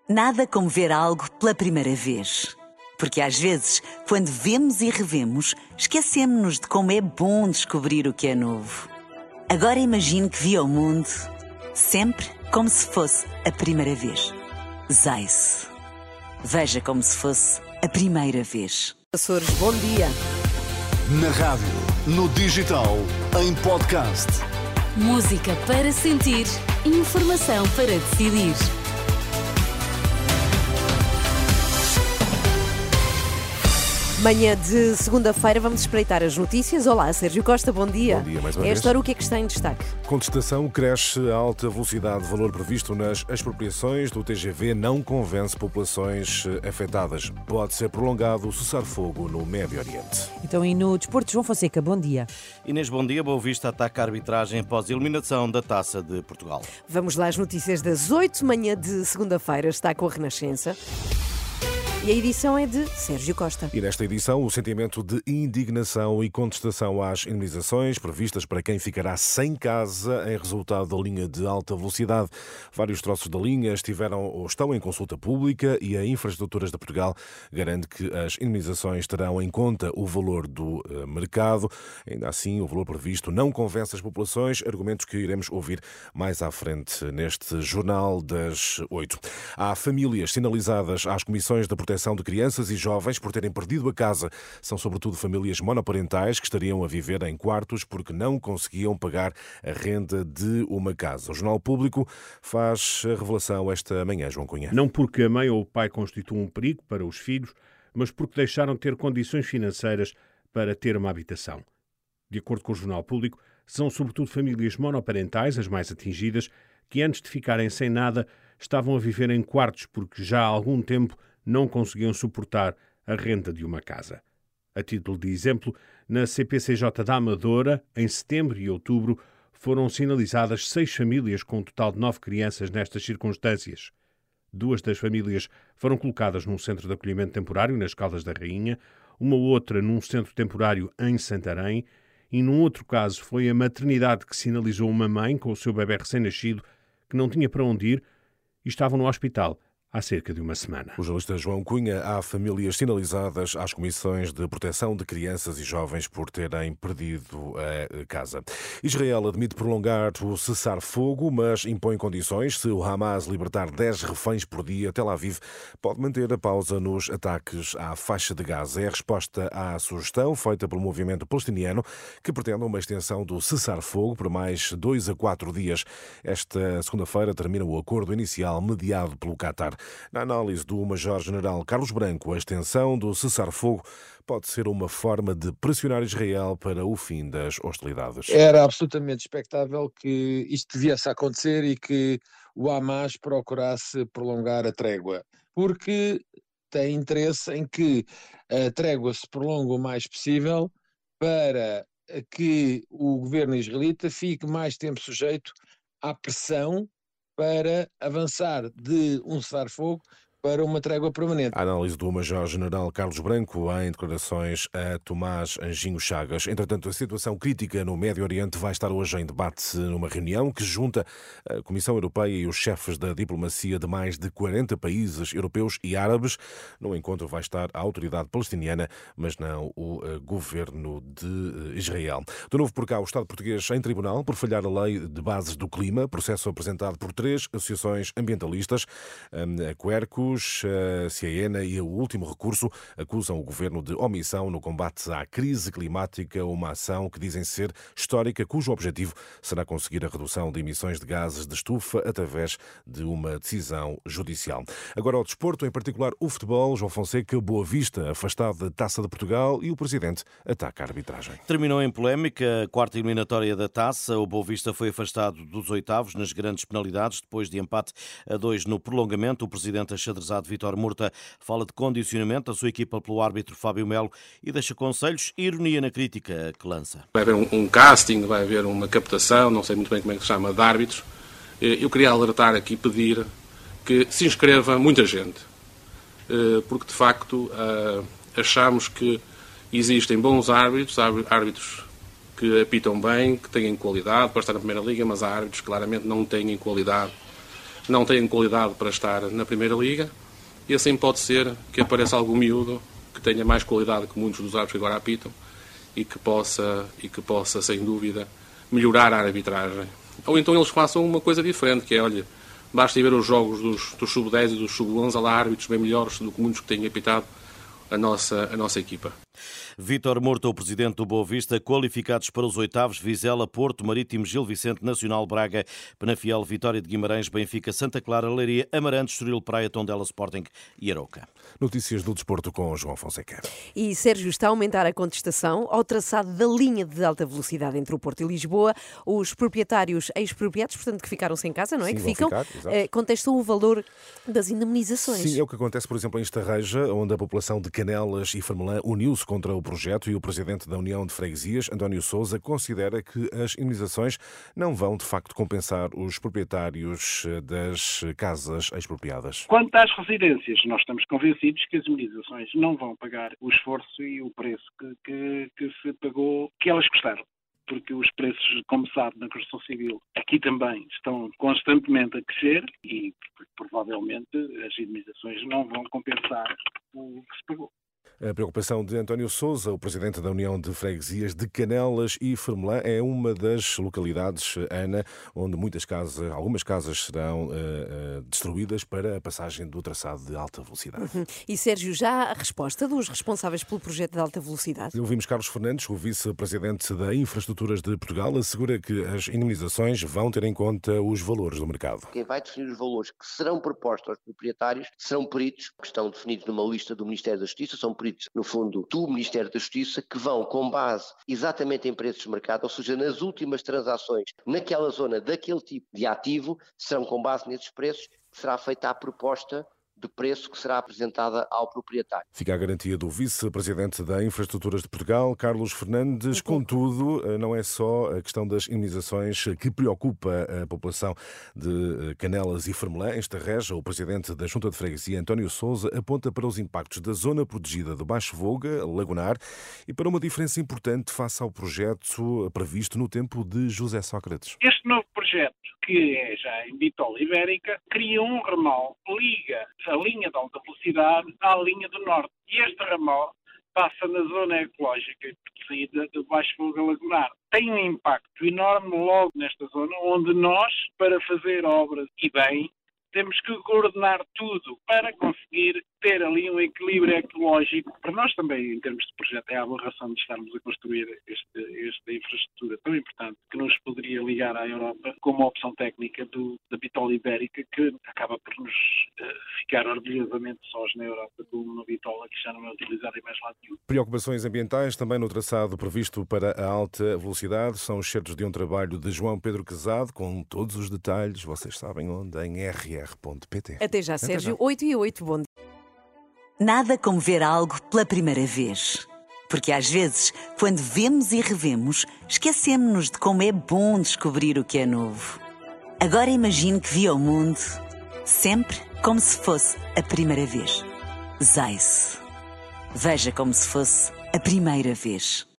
Nada como ver algo pela primeira vez. Porque às vezes, quando vemos e revemos, esquecemos-nos de como é bom descobrir o que é novo. Agora imagine que viu o mundo sempre como se fosse a primeira vez. Zais. Veja como se fosse a primeira vez. Açores, bom dia. Na rádio, no digital, em podcast. Música para sentir, informação para decidir. Manhã de segunda-feira, vamos espreitar as notícias. Olá, Sérgio Costa, bom dia. Bom dia, mais uma vez. Esta hora, o que é que está em destaque? Contestação cresce a alta velocidade. Valor previsto nas expropriações do TGV não convence populações afetadas. Pode ser prolongado o cessar-fogo no Médio Oriente. Então, e no desporto, João Fonseca, bom dia. Inês, bom dia. Boa Vista ataca a arbitragem após a eliminação da Taça de Portugal. Vamos lá às notícias das 8, manhã de segunda-feira. Está com a Renascença. E a edição é de Sérgio Costa. E nesta edição, o sentimento de indignação e contestação às indemnizações previstas para quem ficará sem casa em resultado da linha de alta velocidade. Vários troços da linha estiveram ou estão em consulta pública e a Infraestruturas de Portugal garante que as indemnizações terão em conta o valor do mercado. Ainda assim, o valor previsto não convence as populações, argumentos que iremos ouvir mais à frente neste Jornal das 8. Há famílias sinalizadas às comissões de proteção de crianças e jovens por terem perdido a casa. São sobretudo famílias monoparentais que estariam a viver em quartos porque não conseguiam pagar a renda de uma casa. O Jornal Público faz a revelação esta manhã, João Cunha. Não porque a mãe ou o pai constituam um perigo para os filhos, mas porque deixaram de ter condições financeiras para ter uma habitação. De acordo com o Jornal Público, são sobretudo famílias monoparentais, as mais atingidas, que antes de ficarem sem nada estavam a viver em quartos porque já há algum tempo não conseguiam suportar a renda de uma casa. A título de exemplo, na CPCJ da Amadora, em setembro e outubro, foram sinalizadas 6 famílias com um total de 9 crianças nestas circunstâncias. 2 das famílias foram colocadas num centro de acolhimento temporário nas Caldas da Rainha, uma outra num centro temporário em Santarém e num outro caso foi a maternidade que sinalizou uma mãe com o seu bebé recém-nascido que não tinha para onde ir e estavam no hospital há cerca de uma semana. O jornalista João Cunha, há famílias sinalizadas às comissões de proteção de crianças e jovens por terem perdido a casa. Israel admite prolongar o cessar-fogo, mas impõe condições. Se o Hamas libertar 10 reféns por dia, Tel Aviv pode manter a pausa nos ataques à faixa de Gaza. É a resposta à sugestão feita pelo movimento palestiniano que pretende uma extensão do cessar-fogo por mais 2 a 4 dias. Esta segunda-feira termina o acordo inicial mediado pelo Qatar. Na análise do Major-General Carlos Branco, a extensão do cessar-fogo pode ser uma forma de pressionar Israel para o fim das hostilidades. Era absolutamente expectável que isto viesse a acontecer e que o Hamas procurasse prolongar a trégua, porque tem interesse em que a trégua se prolongue o mais possível para que o governo israelita fique mais tempo sujeito à pressão para avançar de um cessar-fogo para uma trégua permanente. A análise do Major-General Carlos Branco em declarações a Tomás Anjinho Chagas. Entretanto, a situação crítica no Médio Oriente vai estar hoje em debate numa reunião que junta a Comissão Europeia e os chefes da diplomacia de mais de 40 países europeus e árabes. No encontro vai estar a autoridade palestiniana, mas não o governo de Israel. De novo por cá, o Estado português em tribunal por falhar a lei de bases do clima, processo apresentado por 3 associações ambientalistas, a Quercus, a Ciena e o último recurso acusam o governo de omissão no combate à crise climática, uma ação que dizem ser histórica, cujo objetivo será conseguir a redução de emissões de gases de estufa através de uma decisão judicial. Agora ao desporto, em particular o futebol. João Fonseca, Boa Vista afastado da Taça de Portugal e o presidente ataca a arbitragem. Terminou em polémica a quarta eliminatória da Taça. O Boa Vista foi afastado dos oitavos nas grandes penalidades depois de empate a 2 no prolongamento. O presidente achadrezado Vítor Murta fala de condicionamento da sua equipa pelo árbitro Fábio Melo e deixa conselhos e ironia na crítica que lança. Vai haver um casting, vai haver uma captação, não sei muito bem como é que se chama, de árbitros. Eu queria alertar aqui, pedir que se inscreva muita gente, porque de facto achamos que existem bons árbitros, árbitros que apitam bem, que têm qualidade para estar na Primeira Liga, mas há árbitros que claramente não têm qualidade não têm qualidade para estar na Primeira Liga, e assim pode ser que apareça algum miúdo que tenha mais qualidade que muitos dos árbitros que agora apitam e que possa, sem dúvida, melhorar a arbitragem. Ou então eles façam uma coisa diferente, que é, olha, basta ir ver os jogos dos sub-10 e dos sub-11, há lá árbitros bem melhores do que muitos que têm apitado a nossa equipa. Vítor Murta, o presidente do Boa Vista, qualificados para os oitavos: Vizela, Porto, Marítimo, Gil Vicente, Nacional, Braga, Penafiel, Vitória de Guimarães, Benfica, Santa Clara, Leiria, Amarante, Estoril, Praia, Tondela, Sporting e Arouca. Notícias do desporto com João Fonseca. E Sérgio, está a aumentar a contestação ao traçado da linha de alta velocidade entre o Porto e Lisboa. Os proprietários, ex-proprietários, portanto, que ficaram sem casa, não é? Sim, que ficam, contestam o valor das indemnizações. Sim, é o que acontece, por exemplo, em Estarreja, onde a população de Canelas e Fermelã uniu-se contra o projeto, e o presidente da União de Freguesias, António Sousa, considera que as indemnizações não vão, de facto, compensar os proprietários das casas expropriadas. Quanto às residências, nós estamos convencidos que as indemnizações não vão pagar o esforço e o preço que se pagou, que elas custaram. Porque os preços, como sabe, na construção civil aqui também estão constantemente a crescer e provavelmente as indemnizações não vão compensar o que se pagou. A preocupação de António Sousa, o presidente da União de Freguesias de Canelas e Fermelã, é uma das localidades, Ana, onde algumas casas serão destruídas para a passagem do traçado de alta velocidade. E Sérgio, já há a resposta dos responsáveis pelo projeto de alta velocidade? Ouvimos Carlos Fernandes, o vice-presidente da Infraestruturas de Portugal, assegura que as indemnizações vão ter em conta os valores do mercado. Quem vai definir os valores que serão propostos aos proprietários serão peritos que estão definidos numa lista do Ministério da Justiça, são peritos, no fundo, do Ministério da Justiça, que vão com base exatamente em preços de mercado, ou seja, nas últimas transações naquela zona, daquele tipo de ativo, serão com base nesses preços que será feita a proposta de preço que será apresentada ao proprietário. Fica a garantia do vice-presidente da Infraestruturas de Portugal, Carlos Fernandes. Contudo, não é só a questão das indemnizações que preocupa a população de Canelas e Fermelã. Em Estarreja, o presidente da Junta de Freguesia, António Sousa, aponta para os impactos da zona protegida do Baixo Voga, Lagonar, e para uma diferença importante face ao projeto previsto no tempo de José Sócrates. Este novo projeto, que é já em Bitola Ibérica, cria um ramal que liga a linha de alta velocidade à linha do norte. E este ramal passa na zona ecológica de saída do Baixo Voga Lagonar. Tem um impacto enorme logo nesta zona, onde nós, para fazer obras e bem, temos que coordenar tudo para conseguir ter ali um equilíbrio ecológico. Para nós também, em termos de projeto, é a aberração de estarmos a construir esta infraestrutura tão importante que nos poderia ligar à Europa como opção técnica da Bitola Ibérica, que acaba por nos ficar orgulhosamente sós na Europa com uma bitola que já não é utilizada em mais lado nenhum. Preocupações ambientais também no traçado previsto para a alta velocidade. São os certos de um trabalho de João Pedro Quezado, com todos os detalhes, vocês sabem onde, em rr.pt. Até já, Sérgio. 8h08, bom dia. Nada como ver algo pela primeira vez. Porque às vezes, quando vemos e revemos, esquecemos-nos de como é bom descobrir o que é novo. Agora imagine que viu o mundo sempre como se fosse a primeira vez. Zais. Veja como se fosse a primeira vez.